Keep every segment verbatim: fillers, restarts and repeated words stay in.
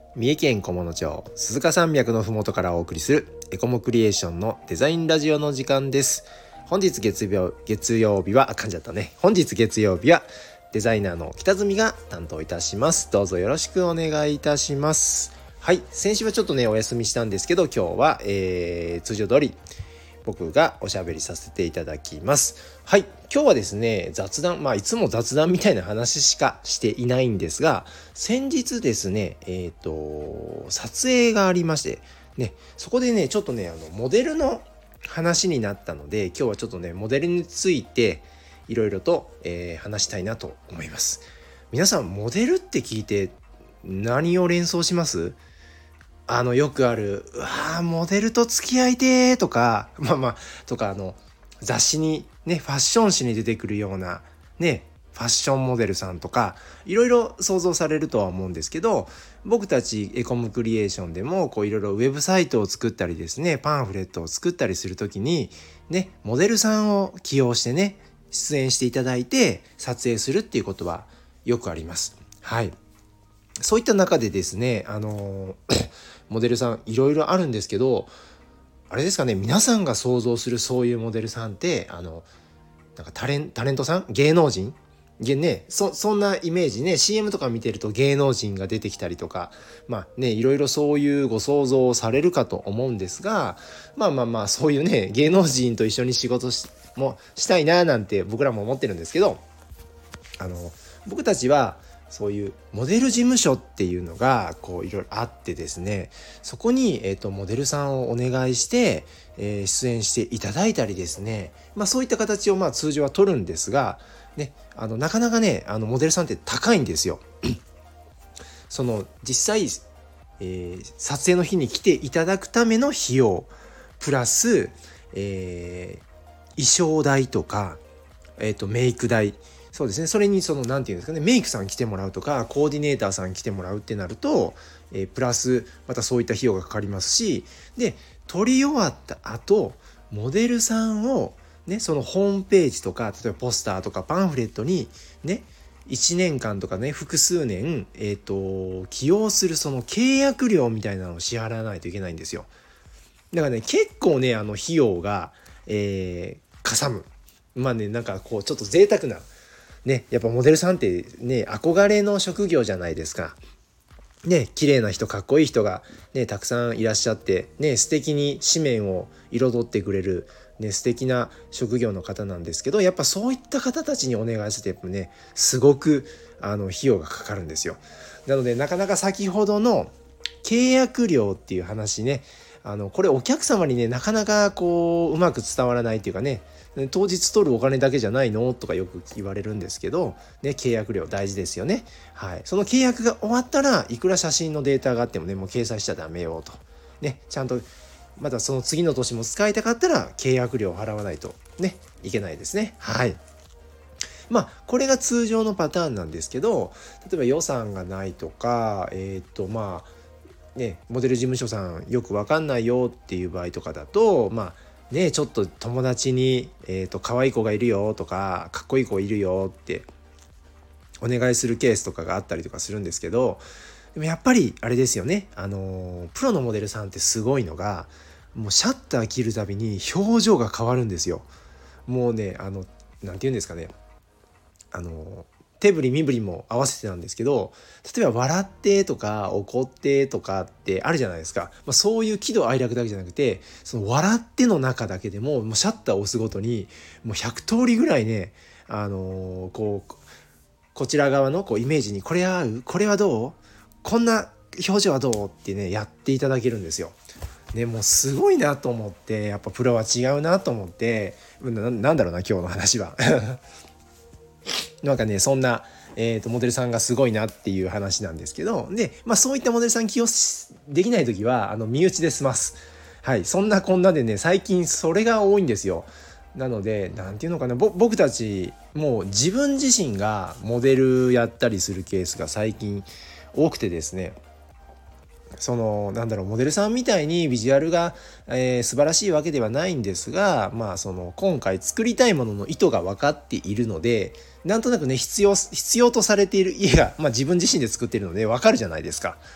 三重県菰野町鈴鹿山脈のふもとからお送りするエコモクリエーションのデザインラジオの時間です。本日月曜月曜日はあ噛んじゃったね本日月曜日はデザイナーの北住が担当いたします。どうぞよろしくお願いいたします。はい、先週はちょっとねお休みしたんですけど、今日は、えー、通常通り僕がおしゃべりさせていただきます。はい、今日はですね雑談、まあいつも雑談みたいな話しかしていないんですが、先日ですねえっと撮影がありましてね、そこでねちょっとねあのモデルの話になったので、今日はちょっとねモデルについていろいろと、えー、話したいなと思います。皆さんモデルって聞いて何を連想します？あのよくあるうわーモデルと付き合いてーとかまあまあとかあの雑誌にねファッション誌に出てくるようなねファッションモデルさんとかいろいろ想像されるとは思うんですけど、僕たちエコムクリエーションでもこういろいろウェブサイトを作ったりですね、パンフレットを作ったりするときにねモデルさんを起用してね出演していただいて撮影するっていうことはよくあります。はい、そういった中でですねあのモデルさんいろいろあるんですけど、あれですかね、皆さんが想像するそういうモデルさんってあのなんかタレンタレントさん芸能人ね、そ, そんなイメージね。 シーエム とか見てると芸能人が出てきたりとかまあねいろいろそういうご想像をされるかと思うんですが、まあまあまあそういうね芸能人と一緒に仕事 し, もしたいななんて僕らも思ってるんですけど、あの僕たちはそういうモデル事務所っていうのがこういろいろあってですね、そこに、えーと、モデルさんをお願いして、えー、出演していただいたりですね、まあそういった形をまあ通常は取るんですが、ね、あのなかなかねあのモデルさんって高いんですよ。その実際、えー、撮影の日に来ていただくための費用プラス、えー、衣装代とか、えーと、メイク代、そうですね、それにその何て言うんですかね、メイクさん来てもらうとかコーディネーターさん来てもらうってなると、えー、プラスまたそういった費用がかかりますし、で撮り終わった後モデルさんをねそのホームページとか例えばポスターとかパンフレットにねいちねんかんとかね複数年、えーと起用するその契約料みたいなのを支払わないといけないんですよ。だからね結構ねあの費用が、えー、かさむ。まあねなんかこうちょっと贅沢なね、やっぱモデルさんってね憧れの職業じゃないですか。ね、綺麗な人かっこいい人がねたくさんいらっしゃってね素敵に紙面を彩ってくれるね素敵な職業の方なんですけど、やっぱそういった方たちにお願いするとやっぱねすごくあの費用がかかるんですよ。なのでなかなか先ほどの契約料っていう話ね、あのこれお客様にねなかなかこううまく伝わらないっていうかね、当日取るお金だけじゃないのとかよく言われるんですけど、ね、契約料大事ですよね。はい、その契約が終わったらいくら写真のデータがあってもねもう掲載しちゃダメよと、ね、ちゃんとまたその次の年も使いたかったら契約料を払わないとねいけないですね。はい、まあこれが通常のパターンなんですけど、例えば予算がないとかえっとまあね、モデル事務所さんよく分かんないよっていう場合とかだと、まあねちょっと友達に、えーと、可愛い子がいるよとかかっこいい子いるよってお願いするケースとかがあったりとかするんですけど、でもやっぱりあれですよね、あのプロのモデルさんってすごいのがもうシャッター切るたびに表情が変わるんですよ。もうねあのなんて言うんですかね、あの手振り身振りも合わせてなんですけど、例えば笑ってとか怒ってとかってあるじゃないですか、まあ、そういう喜怒哀楽だけじゃなくてその笑っての中だけでももうシャッターを押すごとにもうひゃく通りぐらいね、あのー、こうこちら側のこうイメージにこれ合うこれはどうこんな表情はどうってねやっていただけるんですよ。ね、もうすごいなと思って、やっぱプロは違うなと思って、な, なんだろうな今日の話はなんかねそんな、えーと、モデルさんがすごいなっていう話なんですけど、で、まあ、そういったモデルさん起用できない時はあの身内で済ます。はい、そんなこんなでね最近それが多いんですよ。なのでなんていうのかな、僕たちもう自分自身がモデルやったりするケースが最近多くてですね、そのなんだろうモデルさんみたいにビジュアルが、えー、素晴らしいわけではないんですが、まあその今回作りたいものの意図が分かっているので、なんとなくね必要必要とされている家が、まあ、自分自身で作っているので分かるじゃないですか。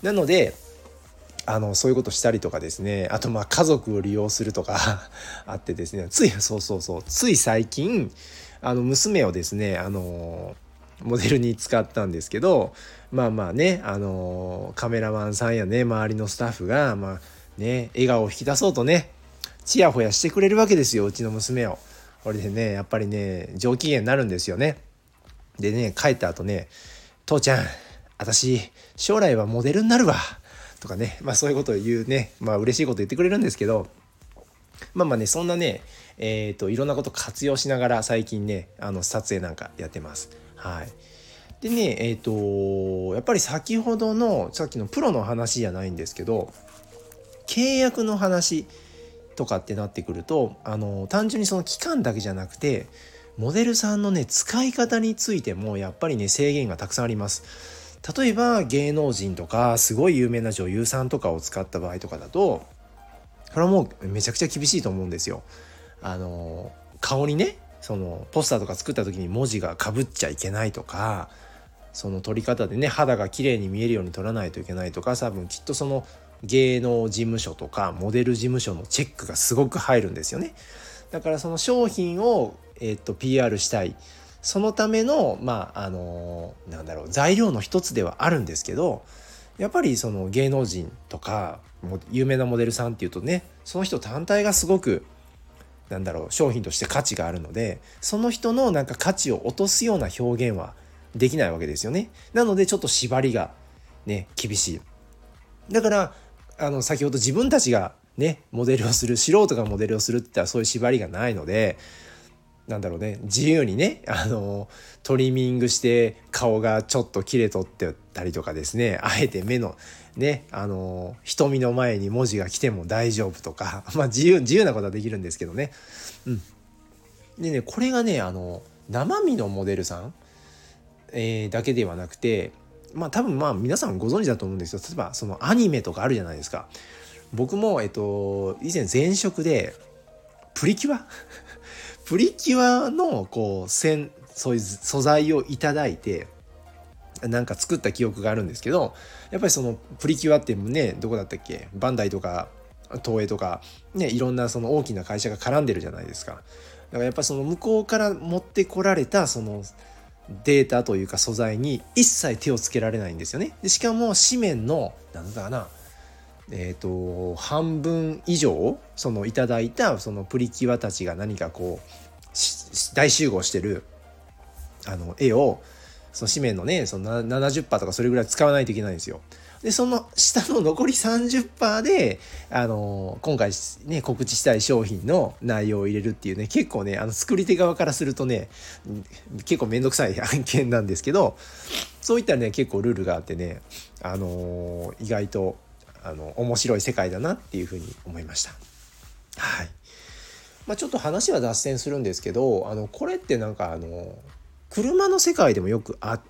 なのであのそういうことしたりとかですね、あとまあ家族を利用するとかあってですね、ついそうそうそうつい最近あの娘をですねあのモデルに使ったんですけど、まあまあねあのカメラマンさんやね周りのスタッフがまあね笑顔を引き出そうとねチヤホヤしてくれるわけですよ、うちの娘を。これでねやっぱりね上機嫌になるんですよね。でね帰った後ね、父ちゃん私将来はモデルになるわとかね、まあそういうことを言うね、まあ嬉しいこと言ってくれるんですけど、まあまあねそんなねえっといろんなこと活用しながら最近ねあの撮影なんかやってます。はい。でねえっとやっぱり先ほどのさっきのプロの話じゃないんですけど、契約の話とかってなってくるとあの単純にその期間だけじゃなくてモデルさんのね使い方についてもやっぱりね制限がたくさんあります。例えば芸能人とかすごい有名な女優さんとかを使った場合とかだとこれはもうめちゃくちゃ厳しいと思うんですよ。あの顔にねそのポスターとか作った時に文字がかぶっちゃいけないとか、その撮り方でね肌が綺麗に見えるように撮らないといけないとか、多分きっとその芸能事務所とかモデル事務所のチェックがすごく入るんですよね。だからその商品を、えー、と ピーアール したい、そのためのまああのなんだろう材料の一つではあるんですけど、やっぱりその芸能人とか有名なモデルさんっていうとねその人単体がすごくなんだろう商品として価値があるので、その人のなんか価値を落とすような表現はできないわけですよね。なのでちょっと縛りがね厳しい。だからあの先ほど自分たちがねモデルをする素人がモデルをするって言ったらそういう縛りがないので、なんだろうね自由にねあのトリミングして顔がちょっと切れ取ってたりとかですね、あえて目のねあの瞳の前に文字が来ても大丈夫とかまあ自由自由なことはできるんですけどね。うんでねこれがねあの生身のモデルさん、えー、だけではなくて、まあ多分まあ皆さんご存知だと思うんですよ。例えばそのアニメとかあるじゃないですか。僕もえっと以前前職でプリキュアプリキュアのこう線そういう素材をいただいてなんか作った記憶があるんですけど、やっぱりそのプリキュアってねどこだったっけ、バンダイとか東映とかねいろんなその大きな会社が絡んでるじゃないですか。だからやっぱりその向こうから持ってこられたそのデータというか素材に一切手をつけられないんですよね。でしかも紙面のなんだかなえーと半分以上そのいただいたそのプリキュアたちが何かこう大集合してるあの絵をその紙面のねその ななじゅっパーセント とかそれぐらい使わないといけないんですよ。でその下の残り さんじゅっパーセント であの今回ね告知したい商品の内容を入れるっていうね、結構ねあの作り手側からするとね結構めんどくさい案件なんですけど、そういったね結構ルールがあってねあの意外とあの面白い世界だなっていうふうに思いました。はい。まあ、ちょっと話は脱線するんですけど、あのこれってなんかあの車の世界でもよくあって、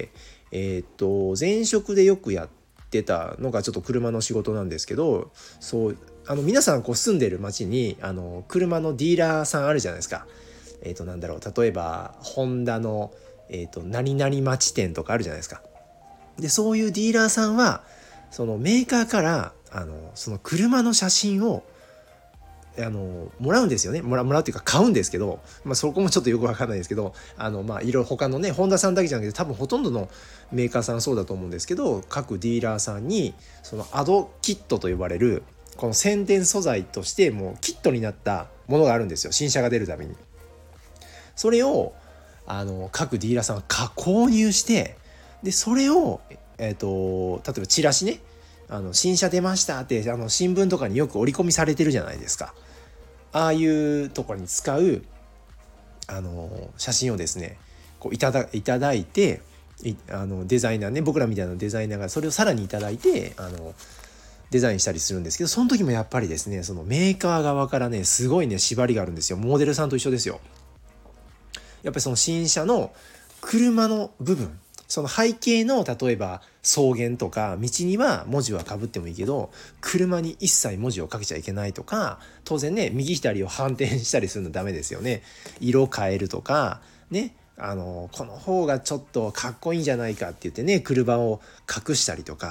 えっと前職でよくやってたのがちょっと車の仕事なんですけど、そうあの皆さんこう住んでる町にあの車のディーラーさんあるじゃないですか。えっとなんだろう例えばホンダのえっと何々町店とかあるじゃないですか。でそういうディーラーさんはそのメーカーからあのその車の写真をあのもらうんですよね。もらうもらうっていうか買うんですけど、まあ、そこもちょっとよく分かんないですけど、あのまあいろいろ他のねホンダさんだけじゃなくて多分ほとんどのメーカーさんそうだと思うんですけど、各ディーラーさんにそのアドキットと呼ばれるこの宣伝素材としてもうキットになったものがあるんですよ、新車が出るために。それをあの各ディーラーさんが購入して、でそれを、えーと、例えばチラシね、あの新車出ましたってあの新聞とかによく折り込みされてるじゃないですか。ああいうところに使うあの写真をですねこういただいただいて、いあのデザイナーね僕らみたいなデザイナーがそれをさらにいただいてあのデザインしたりするんですけど、その時もやっぱりですねそのメーカー側からねすごいね縛りがあるんですよ。モデルさんと一緒ですよ。やっぱりその新車の車の部分、その背景の例えば草原とか道には文字はかぶってもいいけど車に一切文字をかけちゃいけないとか、当然ね右左を反転したりするのダメですよね。色変えるとかね、あのこの方がちょっとかっこいいんじゃないかって言ってね車を隠したりとか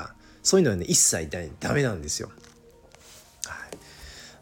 そういうのはね一切ダメなんですよ。はい、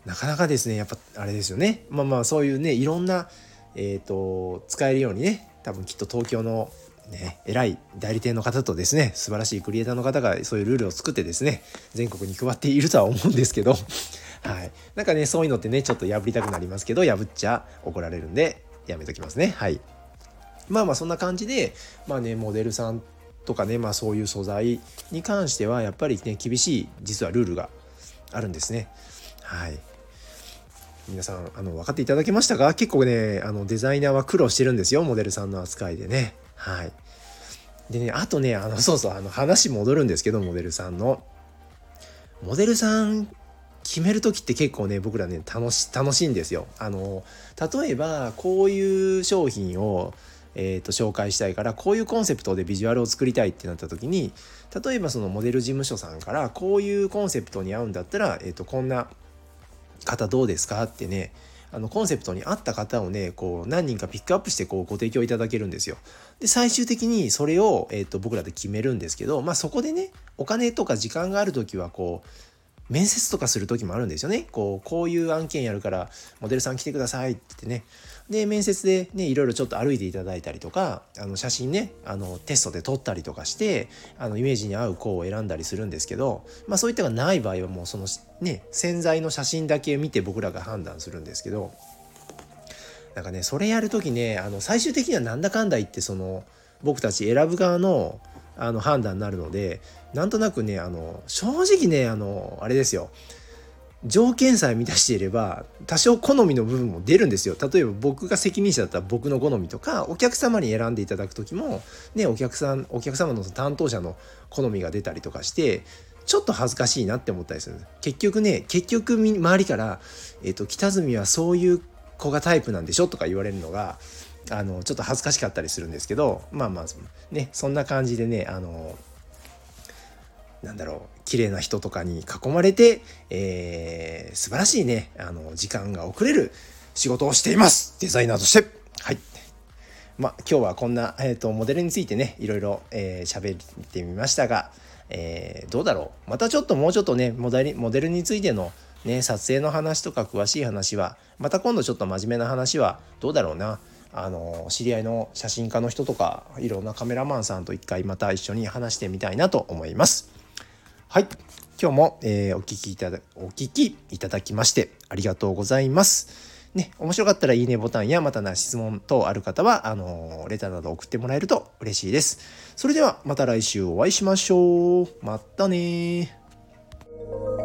なかなかですねやっぱあれですよね。まあまあそういうねいろんな、えー、と使えるようにね多分きっと東京のね、偉い代理店の方とですね素晴らしいクリエイターの方がそういうルールを作ってですね全国に配っているとは思うんですけどはい、なんかねそういうのってねちょっと破りたくなりますけど破っちゃ怒られるんでやめときますね。はい、まあまあそんな感じでまあねモデルさんとかねまあそういう素材に関してはやっぱりね厳しい実はルールがあるんですね。はい、皆さんあの分かっていただけましたか？結構ねあのデザイナーは苦労してるんですよモデルさんの扱いでね。はい、でねあとねあのそうそうあの話戻るんですけどモデルさんのモデルさん決める時って結構ね僕らね楽し楽しいんですよ。あの例えばこういう商品を、えー、と紹介したいからこういうコンセプトでビジュアルを作りたいってなった時に例えばそのモデル事務所さんからこういうコンセプトに合うんだったら、えー、とこんな方どうですかってねあのコンセプトに合った方をねこう何人かピックアップしてこうご提供いただけるんですよ。で最終的にそれを、えー、と僕らで決めるんですけど、まあ、そこでねお金とか時間がある時はこう面接とかする時もあるんですよね。こうこういう案件やるからモデルさん来てくださいって言ってねで面接でねいろいろちょっと歩いていただいたりとかあの写真ねあのテストで撮ったりとかしてあのイメージに合う子を選んだりするんですけど、まあ、そういったのがない場合はもうそのね潜在の写真だけ見て僕らが判断するんですけどなんかねそれやる時ねあの最終的にはなんだかんだ言ってその僕たち選ぶ側のあの判断になるのでなんとなくねあの正直ねあのあれですよ条件さえ満たしていれば多少好みの部分も出るんですよ。例えば僕が責任者だったら僕の好みとかお客様に選んでいただく時もねお客さんお客様の担当者の好みが出たりとかしてちょっと恥ずかしいなって思ったりするんです。結局ね結局周りから、えーと、北住はそういう子がタイプなんでしょとか言われるのがあのちょっと恥ずかしかったりするんですけどまあまあねそんな感じでねあのなんだろう綺麗な人とかに囲まれて、えー、素晴らしいねあの時間が送れる仕事をしていますデザイナーとして。はい、まあ今日はこんな、えーと、モデルについてねいろいろ喋、えー、ってみましたが、えー、どうだろうまたちょっともうちょっとねモデル、モデルについてのね撮影の話とか詳しい話はまた今度ちょっと真面目な話はどうだろうなあの知り合いの写真家の人とかいろんなカメラマンさんと一回また一緒に話してみたいなと思います。はい、今日も、えー、お聞きいただお聞きいただきましてありがとうございます。ね、面白かったらいいねボタンやまたな質問等ある方はあのー、レターなど送ってもらえると嬉しいです。それではまた来週お会いしましょう。またね。